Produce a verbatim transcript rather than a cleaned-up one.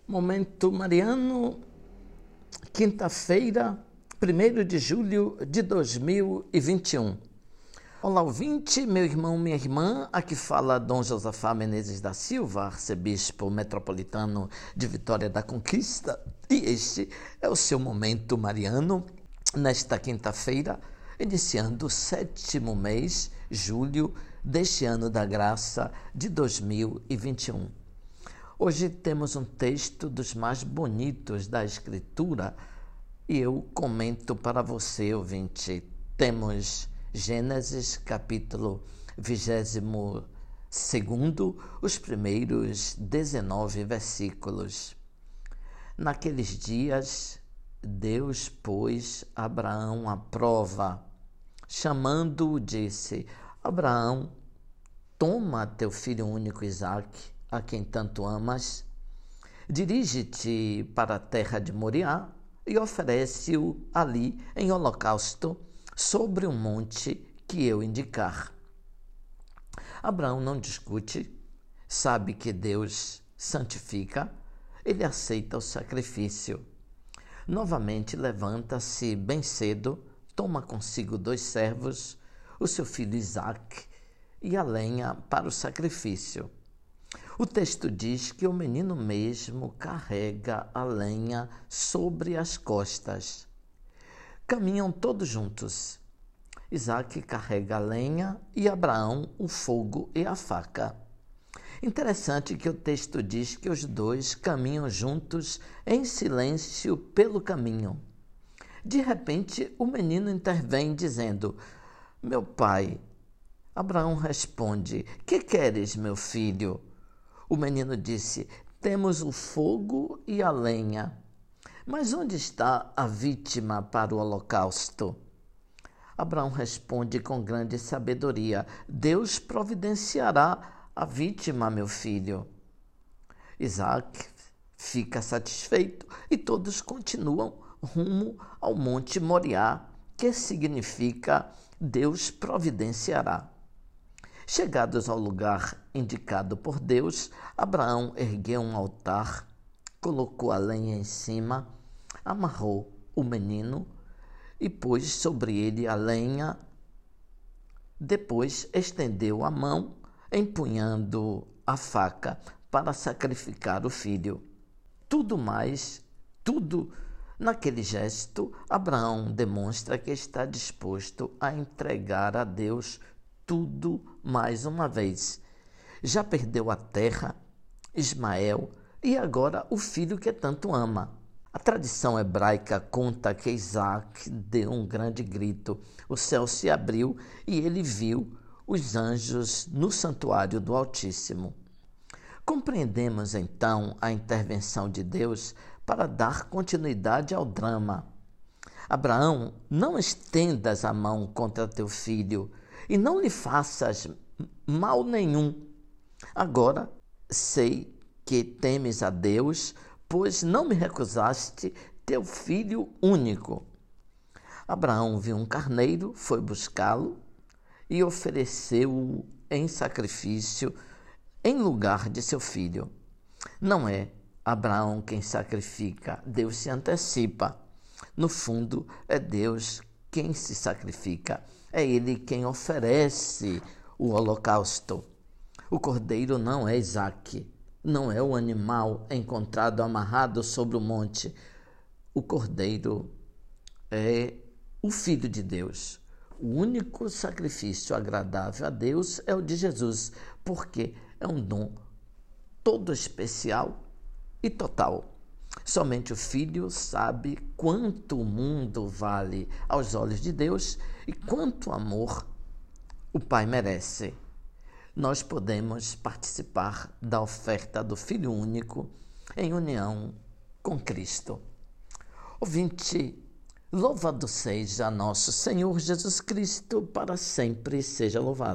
Momento Mariano, quinta-feira, primeiro de julho de dois mil e vinte e um. Olá, ouvinte, meu irmão, minha irmã, aqui fala Dom Josafá Menezes da Silva, arcebispo metropolitano de Vitória da Conquista, e este é o seu Momento Mariano, nesta quinta-feira, iniciando o sétimo mês, julho, deste ano da graça de dois mil e vinte e um. Hoje temos um texto dos mais bonitos da Escritura e eu comento para você, ouvinte. Temos Gênesis, capítulo vigésimo segundo, os primeiros dezenove versículos. Naqueles dias, Deus pôs Abraão à prova. Chamando-o, disse: Abraão, toma teu filho único Isaque, a quem tanto amas, dirige-te para a terra de Moriá e oferece-o ali em holocausto sobre um monte que eu indicar. Abraão não discute, sabe que Deus santifica, ele aceita o sacrifício. Novamente levanta-se bem cedo, toma consigo dois servos, o seu filho Isaque e a lenha para o sacrifício. O texto diz que o menino mesmo carrega a lenha sobre as costas. Caminham todos juntos. Isaque carrega a lenha e Abraão o fogo e a faca. Interessante que o texto diz que os dois caminham juntos em silêncio pelo caminho. De repente, o menino intervém dizendo: Meu pai. Abraão responde: Que queres, meu filho? O menino disse: Temos o fogo e a lenha, mas onde está a vítima para o holocausto? Abraão responde com grande sabedoria: Deus providenciará a vítima, meu filho. Isaque fica satisfeito e todos continuam rumo ao Monte Moriá, que significa Deus providenciará. Chegados ao lugar indicado por Deus, Abraão ergueu um altar, colocou a lenha em cima, amarrou o menino e pôs sobre ele a lenha. Depois estendeu a mão, empunhando a faca para sacrificar o filho. Tudo mais, tudo naquele gesto, Abraão demonstra que está disposto a entregar a Deus tudo mais uma vez. Já perdeu a terra, Ismael e agora o filho que tanto ama. A tradição hebraica conta que Isaque deu um grande grito. O céu se abriu e ele viu os anjos no santuário do Altíssimo. Compreendemos então a intervenção de Deus para dar continuidade ao drama. Abraão, não estendas a mão contra teu filho e não lhe faças mal nenhum. Agora sei que temes a Deus, pois não me recusaste teu filho único. Abraão viu um carneiro, foi buscá-lo e ofereceu-o em sacrifício em lugar de seu filho. Não é Abraão quem sacrifica, Deus se antecipa. No fundo, é Deus quem se sacrifica. É ele quem oferece o holocausto. O cordeiro não é Isaque, não é o animal encontrado amarrado sobre o monte. O cordeiro é o Filho de Deus. O único sacrifício agradável a Deus é o de Jesus, porque é um dom todo especial e total. Somente o Filho sabe quanto o mundo vale aos olhos de Deus e quanto amor o Pai merece. Nós podemos participar da oferta do Filho único em união com Cristo. Ouvinte, louvado seja nosso Senhor Jesus Cristo, para sempre seja louvado.